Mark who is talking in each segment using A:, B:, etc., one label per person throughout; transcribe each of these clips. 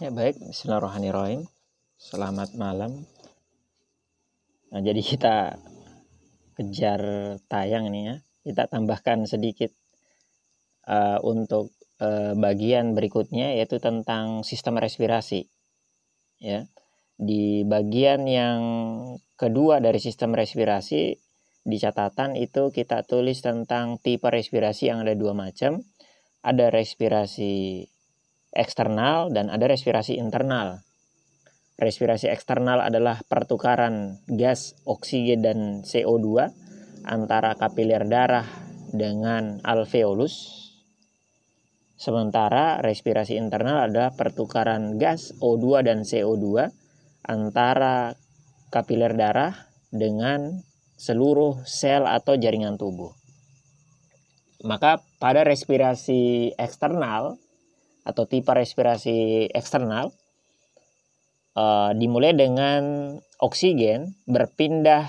A: Ya baik, bismillahirrahmanirrahim. Selamat malam. Nah, jadi kita kejar tayang nih ya. Kita tambahkan sedikit untuk bagian berikutnya, yaitu tentang sistem respirasi. Ya, di bagian yang kedua dari sistem respirasi di catatan itu kita tulis tentang tipe respirasi yang ada dua macam. Ada respirasi eksternal dan ada respirasi internal. Respirasi eksternal adalah pertukaran gas, oksigen, dan CO2 antara kapiler darah dengan alveolus. Sementara respirasi internal adalah pertukaran gas, O2 dan CO2 antara kapiler darah dengan seluruh sel atau jaringan tubuh. Maka pada respirasi eksternal atau tipe respirasi eksternal dimulai dengan oksigen berpindah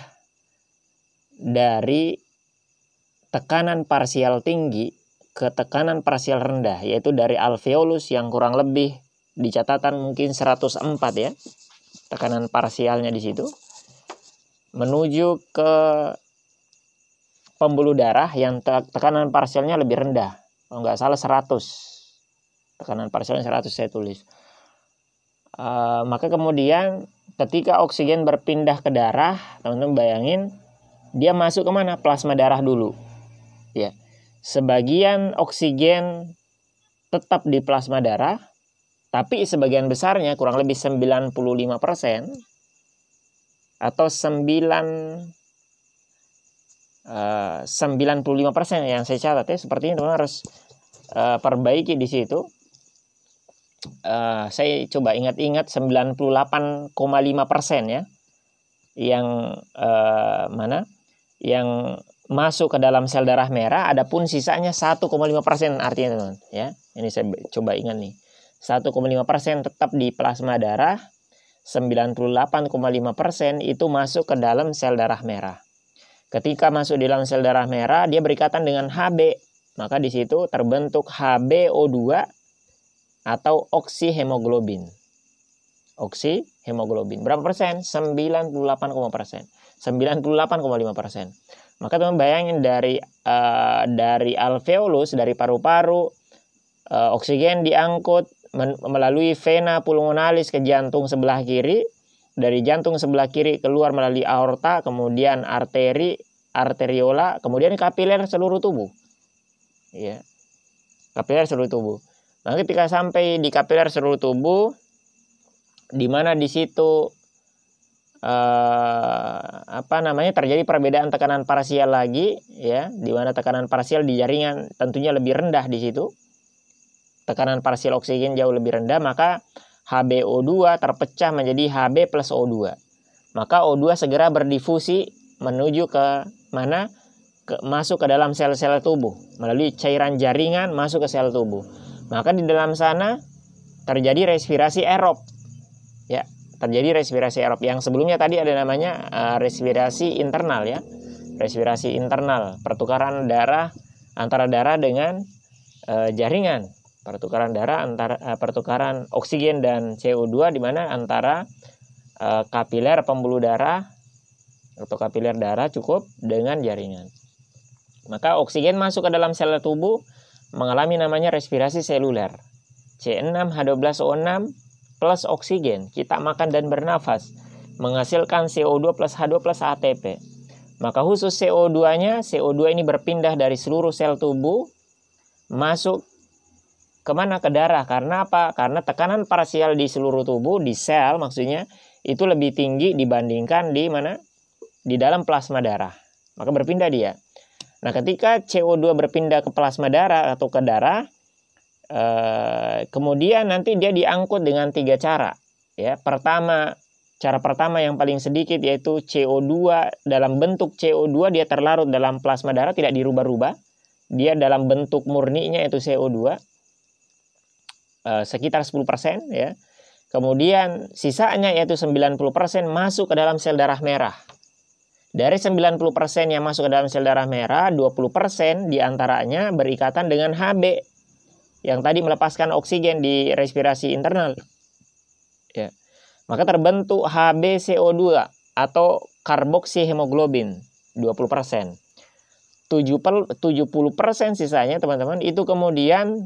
A: dari tekanan parsial tinggi ke tekanan parsial rendah, yaitu dari alveolus yang kurang lebih di catatan mungkin 104 ya, tekanan parsialnya di situ, menuju ke pembuluh darah yang tekanan parsialnya lebih rendah. Kalau nggak salah 100. Tekanan parsialnya 100 saya tulis. Maka kemudian ketika oksigen berpindah ke darah, teman-teman bayangin dia masuk ke mana? Plasma darah dulu. Ya. Sebagian oksigen tetap di plasma darah, tapi sebagian besarnya kurang lebih 95% atau 95% yang saya catat ya, sepertinya teman-teman harus perbaiki di situ. Saya coba ingat-ingat 98,5% ya, yang mana yang masuk ke dalam sel darah merah, adapun sisanya 1,5% artinya teman ya. Ini saya coba ingat nih, 1,5% tetap di plasma darah, 98,5% itu masuk ke dalam sel darah merah. Ketika masuk di dalam sel darah merah, dia berikatan dengan Hb, maka di situ terbentuk HbO2 atau oksihemoglobin. Oksihemoglobin. Berapa persen? 98,5%. Maka teman bayangin dari alveolus, dari paru-paru, oksigen diangkut melalui vena pulmonalis ke jantung sebelah kiri, dari jantung sebelah kiri keluar melalui aorta, kemudian arteriola, kemudian kapiler seluruh tubuh. Ya. Kapiler seluruh tubuh. Nah, ketika sampai di kapiler seluruh tubuh, di mana di situ terjadi perbedaan tekanan parsial lagi, ya, di mana tekanan parsial di jaringan tentunya lebih rendah di situ. Tekanan parsial oksigen jauh lebih rendah, maka HbO2 terpecah menjadi Hb plus O2. Maka O2 segera berdifusi menuju ke mana? Masuk ke dalam sel-sel tubuh melalui cairan jaringan masuk ke sel tubuh. Maka di dalam sana terjadi respirasi aerob. Ya, terjadi respirasi aerob. Yang sebelumnya tadi ada namanya respirasi internal ya. Respirasi internal, pertukaran darah antara darah dengan jaringan. Pertukaran darah antara pertukaran oksigen dan CO2 di mana antara kapiler pembuluh darah atau kapiler darah cukup dengan jaringan. Maka oksigen masuk ke dalam sel tubuh mengalami namanya respirasi seluler. C6H12O6 plus oksigen, kita makan dan bernafas, menghasilkan CO2 plus H2 plus ATP. Maka khusus CO2-nya, CO2 ini berpindah dari seluruh sel tubuh masuk kemana? Ke darah. Karena apa? Karena tekanan parsial di seluruh tubuh, di sel maksudnya, itu lebih tinggi dibandingkan di mana? Di dalam plasma darah. Maka berpindah dia. Nah, ketika CO2 berpindah ke plasma darah atau ke darah, kemudian nanti dia diangkut dengan 3 cara. Ya, cara pertama yang paling sedikit yaitu CO2 dalam bentuk CO2 dia terlarut dalam plasma darah, tidak dirubah-rubah. Dia dalam bentuk murninya yaitu CO2 sekitar 10% ya. Kemudian sisanya yaitu 90% masuk ke dalam sel darah merah. Dari 90% yang masuk ke dalam sel darah merah, 20% diantaranya berikatan dengan Hb yang tadi melepaskan oksigen di respirasi internal. ya. Maka terbentuk HbCO2 atau karboksihemoglobin 20%. 70% sisanya teman-teman itu kemudian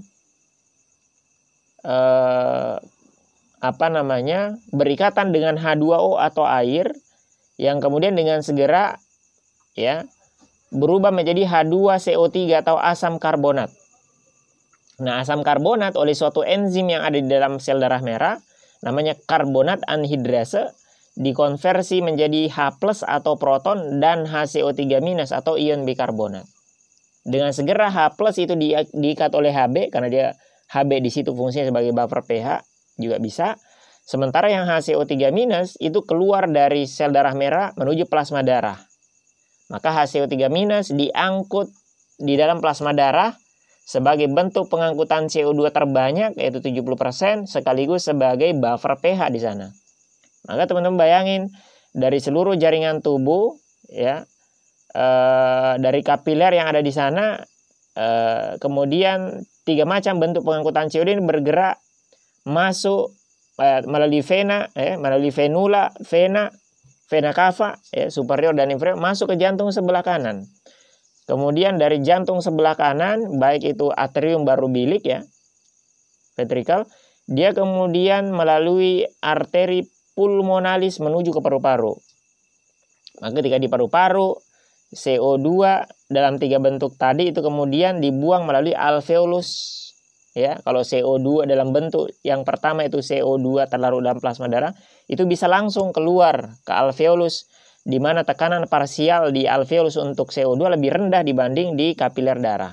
A: berikatan dengan H2O atau air yang kemudian dengan segera ya berubah menjadi H2CO3 atau asam karbonat. Nah, asam karbonat oleh suatu enzim yang ada di dalam sel darah merah namanya karbonat anhidrase dikonversi menjadi H+ atau proton dan HCO3- atau ion bikarbonat. Dengan segera H+ itu diikat oleh Hb karena dia Hb di situ fungsinya sebagai buffer pH juga bisa. Sementara yang HCO3- itu keluar dari sel darah merah menuju plasma darah. Maka HCO3- diangkut di dalam plasma darah sebagai bentuk pengangkutan CO2 terbanyak yaitu 70% sekaligus sebagai buffer pH di sana. Maka teman-teman bayangin dari seluruh jaringan tubuh ya dari kapiler yang ada di sana kemudian 3 macam bentuk pengangkutan CO2 ini bergerak masuk melalui vena melalui venula, vena cava ya, superior dan inferior masuk ke jantung sebelah kanan. Kemudian dari jantung sebelah kanan baik itu atrium baru bilik ya ventricle, dia kemudian melalui arteri pulmonalis menuju ke paru-paru. Maka ketika di paru-paru CO2 dalam 3 bentuk tadi itu kemudian dibuang melalui alveolus ya. Kalau CO2 dalam bentuk yang pertama itu CO2 terlarut dalam plasma darah itu bisa langsung keluar ke alveolus di mana tekanan parsial di alveolus untuk CO2 lebih rendah dibanding di kapiler darah.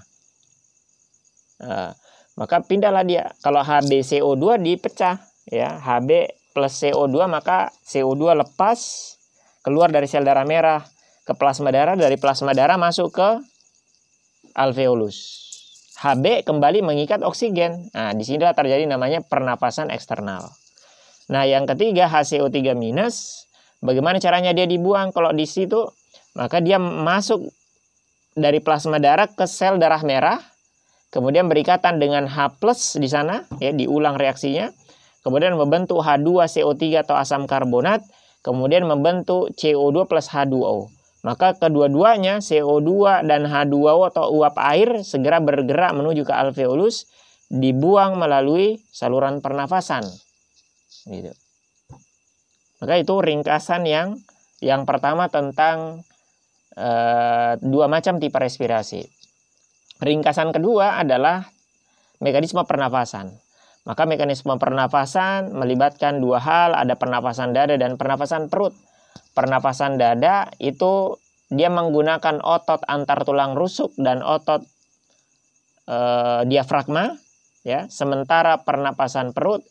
A: Maka pindahlah dia kalau HbCO2 dipecah ya, Hb plus CO2 maka CO2 lepas keluar dari sel darah merah ke plasma darah, dari plasma darah masuk ke alveolus. Hb kembali mengikat oksigen. Nah, disinilah terjadi namanya pernapasan eksternal. Nah, yang ketiga HCO3-, bagaimana caranya dia dibuang? Kalau di situ maka dia masuk dari plasma darah ke sel darah merah, kemudian berikatan dengan H+ di sana ya, diulang reaksinya. Kemudian membentuk H2CO3 atau asam karbonat, kemudian membentuk CO2 plus H2O. Maka kedua-duanya CO2 dan H2O atau uap air segera bergerak menuju ke alveolus, dibuang melalui saluran pernafasan. Gitu. Maka itu ringkasan yang pertama tentang 2 macam tipe respirasi. Ringkasan kedua adalah mekanisme pernafasan. Maka mekanisme pernafasan melibatkan 2 hal, ada pernafasan dada dan pernafasan perut. Pernafasan dada itu dia menggunakan otot antar tulang rusuk dan otot diafragma ya. Sementara pernapasan perut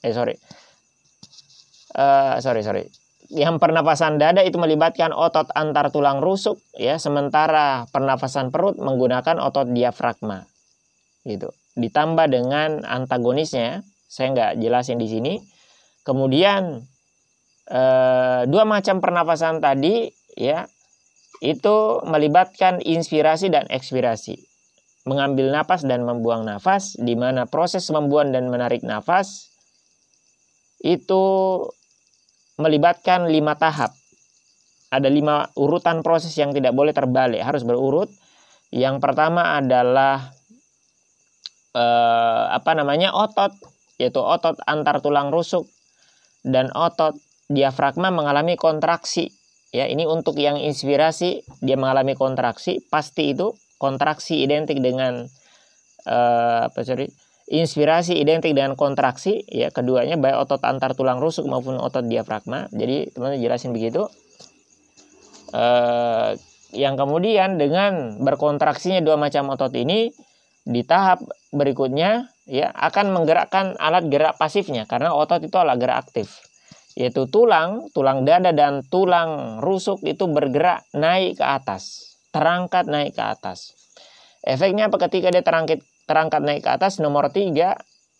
A: yang pernapasan dada itu melibatkan otot antar tulang rusuk ya, sementara pernapasan perut menggunakan otot diafragma. Gitu. Ditambah dengan antagonisnya, saya nggak jelasin di sini. Kemudian 2 macam pernapasan tadi ya itu melibatkan inspirasi dan ekspirasi, mengambil nafas dan membuang nafas, di mana proses membuang dan menarik nafas itu melibatkan 5 tahap. Ada 5 urutan proses yang tidak boleh terbalik, harus berurut. Yang pertama adalah otot, yaitu otot antar tulang rusuk dan otot diafragma mengalami kontraksi. Ya, ini untuk yang inspirasi dia mengalami kontraksi, pasti itu kontraksi identik dengan inspirasi identik dengan kontraksi ya, keduanya baik otot antar tulang rusuk maupun otot diafragma. Jadi teman-teman jelasin begitu. Yang kemudian dengan berkontraksinya 2 macam otot ini di tahap berikutnya ya akan menggerakkan alat gerak pasifnya, karena otot itu alat gerak aktif, yaitu tulang dada dan tulang rusuk itu bergerak naik ke atas, terangkat naik ke atas. Efeknya apa ketika dia terangkat naik ke atas? Nomor 3,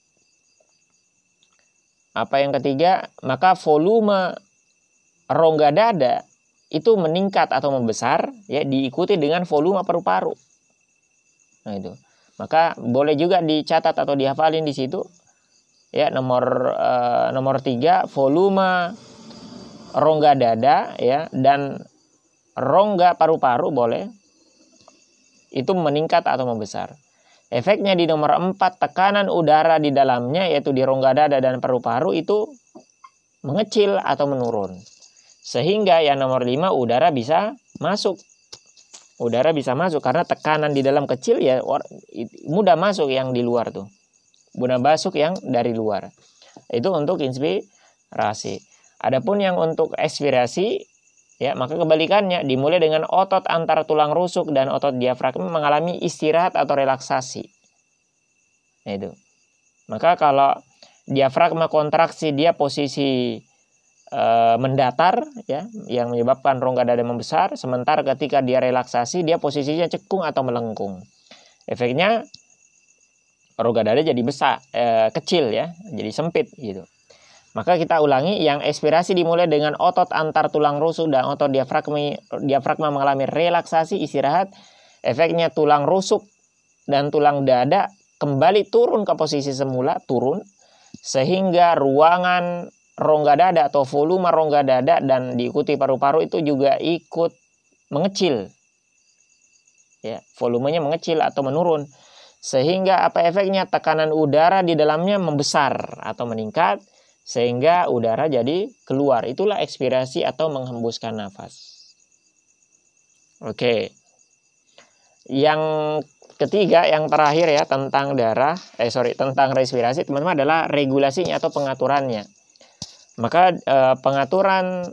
A: yang ketiga, maka volume rongga dada itu meningkat atau membesar ya, diikuti dengan volume paru-paru. Nah itu. Maka boleh juga dicatat atau dihafalin di situ. Ya, nomor 3, volume rongga dada ya dan rongga paru-paru boleh itu meningkat atau membesar. Efeknya di nomor 4, tekanan udara di dalamnya yaitu di rongga dada dan paru-paru itu mengecil atau menurun. Sehingga yang nomor 5, udara bisa masuk. Udara bisa masuk karena tekanan di dalam kecil ya mudah masuk yang di luar tuh. Mudah masuk yang dari luar. Itu untuk inspirasi. Adapun yang untuk ekspirasi ya, maka kebalikannya, dimulai dengan otot antara tulang rusuk dan otot diafragma mengalami istirahat atau relaksasi. Nah, itu. Maka kalau diafragma kontraksi dia posisi mendatar ya, yang menyebabkan rongga dada membesar, sementara ketika dia relaksasi dia posisinya cekung atau melengkung. Efeknya rongga dada jadi besar, kecil ya, jadi sempit gitu. Maka kita ulangi, yang ekspirasi dimulai dengan otot antar tulang rusuk dan otot diafragma mengalami relaksasi istirahat. Efeknya tulang rusuk dan tulang dada kembali turun ke posisi semula, turun, sehingga ruangan rongga dada atau volume rongga dada dan diikuti paru-paru itu juga ikut mengecil. Ya, volumenya mengecil atau menurun. Sehingga apa efeknya? Tekanan udara di dalamnya membesar atau meningkat, sehingga udara jadi keluar. Itulah ekspirasi atau menghembuskan nafas. Oke. Yang ketiga, yang terakhir ya, tentang tentang respirasi, teman-teman, adalah regulasinya atau pengaturannya. Maka pengaturan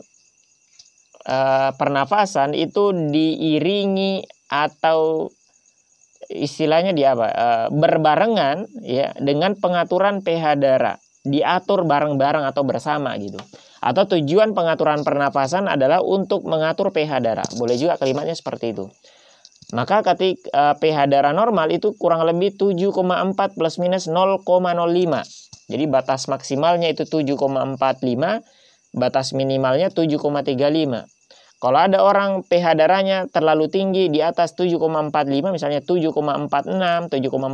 A: pernafasan itu diiringi atau istilahnya berbarengan ya dengan pengaturan pH darah. Diatur bareng-bareng atau bersama gitu. Atau tujuan pengaturan pernafasan adalah untuk mengatur pH darah. Boleh juga kalimatnya seperti itu. Maka ketika pH darah normal itu kurang lebih 7,4 plus minus 0,05. Jadi batas maksimalnya itu 7,45, batas minimalnya 7,35. Kalau ada orang pH darahnya terlalu tinggi di atas 7,45, misalnya 7,46, 7,47,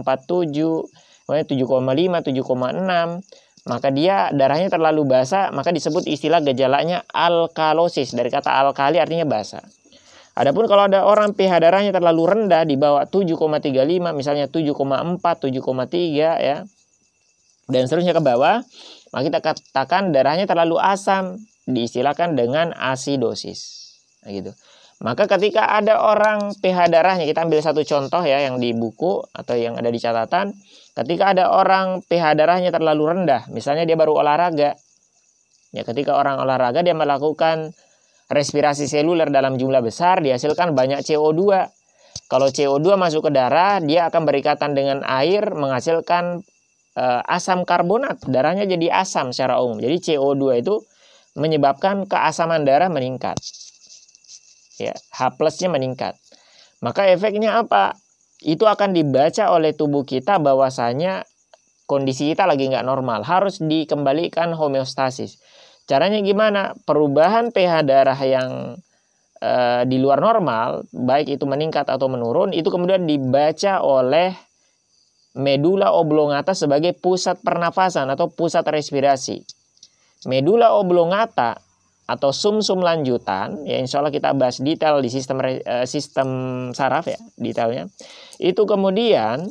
A: 7,5, 7,6, maka dia darahnya terlalu basah, maka disebut istilah gejalanya alkalosis. Dari kata alkali artinya basah. Adapun kalau ada orang pH darahnya terlalu rendah di bawah 7,35, misalnya 7,4, 7,3 ya, dan seterusnya ke bawah, maka kita katakan darahnya terlalu asam, diistilahkan dengan asidosis. Nah, gitu. Maka ketika ada orang pH darahnya, kita ambil satu contoh ya yang di buku atau yang ada di catatan. Ketika ada orang pH darahnya terlalu rendah, misalnya dia baru olahraga. Ya, ketika orang olahraga dia melakukan respirasi seluler dalam jumlah besar, dihasilkan banyak CO2. Kalau CO2 masuk ke darah, dia akan berikatan dengan air, menghasilkan asam karbonat. Darahnya jadi asam secara umum. Jadi CO2 itu menyebabkan keasaman darah meningkat. Ya, H+-nya meningkat. Maka efeknya apa? Itu akan dibaca oleh tubuh kita bahwasanya kondisi kita lagi nggak normal, harus dikembalikan homeostasis. Caranya gimana? Perubahan pH darah yang di luar normal, baik itu meningkat atau menurun, itu kemudian dibaca oleh medula oblongata sebagai pusat pernafasan atau pusat respirasi. Medula oblongata atau sumsum lanjutan, ya insya Allah kita bahas detail di sistem saraf ya, detailnya. Itu kemudian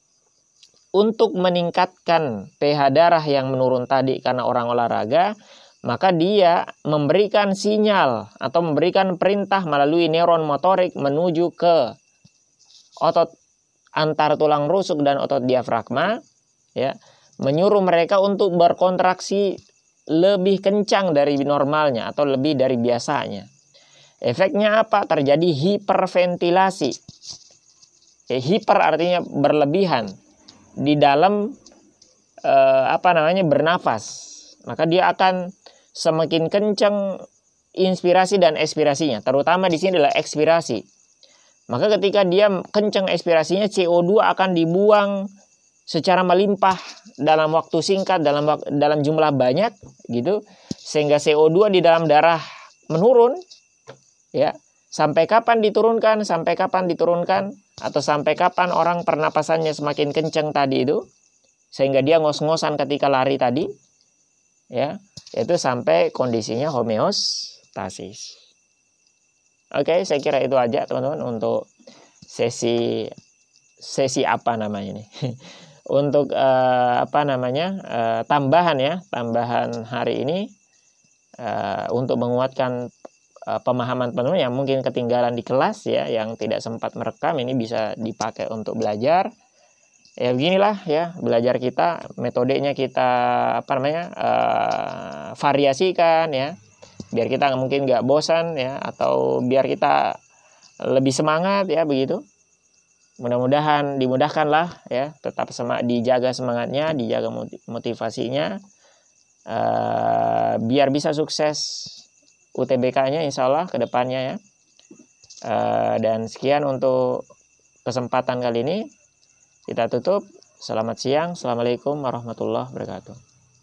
A: untuk meningkatkan pH darah yang menurun tadi karena orang olahraga, maka dia memberikan sinyal atau memberikan perintah melalui neuron motorik menuju ke otot antar tulang rusuk dan otot diafragma, ya, menyuruh mereka untuk berkontraksi lebih kencang dari normalnya atau lebih dari biasanya. Efeknya apa? Terjadi hiperventilasi. Hiper artinya berlebihan di dalam bernafas. Maka dia akan semakin kencang inspirasi dan ekspirasinya. Terutama di sini adalah ekspirasi. Maka ketika dia kencang ekspirasinya, CO2 akan dibuang secara melimpah dalam waktu singkat, dalam jumlah banyak gitu, sehingga CO2 di dalam darah menurun ya. Sampai kapan diturunkan? Atau sampai kapan orang pernapasannya semakin kencang tadi itu? sehingga dia ngos-ngosan ketika lari tadi, ya, itu sampai kondisinya homeostasis. Oke, saya kira itu aja teman-teman untuk sesi apa namanya nih untuk tambahan hari ini untuk menguatkan pemahaman teman-teman yang mungkin ketinggalan di kelas ya, yang tidak sempat merekam, ini bisa dipakai untuk belajar. Ya beginilah ya belajar kita, metodenya kita variasikan ya, biar kita mungkin nggak bosan ya, atau biar kita lebih semangat ya begitu. Mudah-mudahan dimudahkanlah ya, tetap dijaga semangatnya, dijaga motivasinya, biar bisa sukses UTBK-nya insya Allah ke depannya ya. Dan sekian untuk kesempatan kali ini. Kita tutup. Selamat siang. Assalamualaikum warahmatullahi wabarakatuh.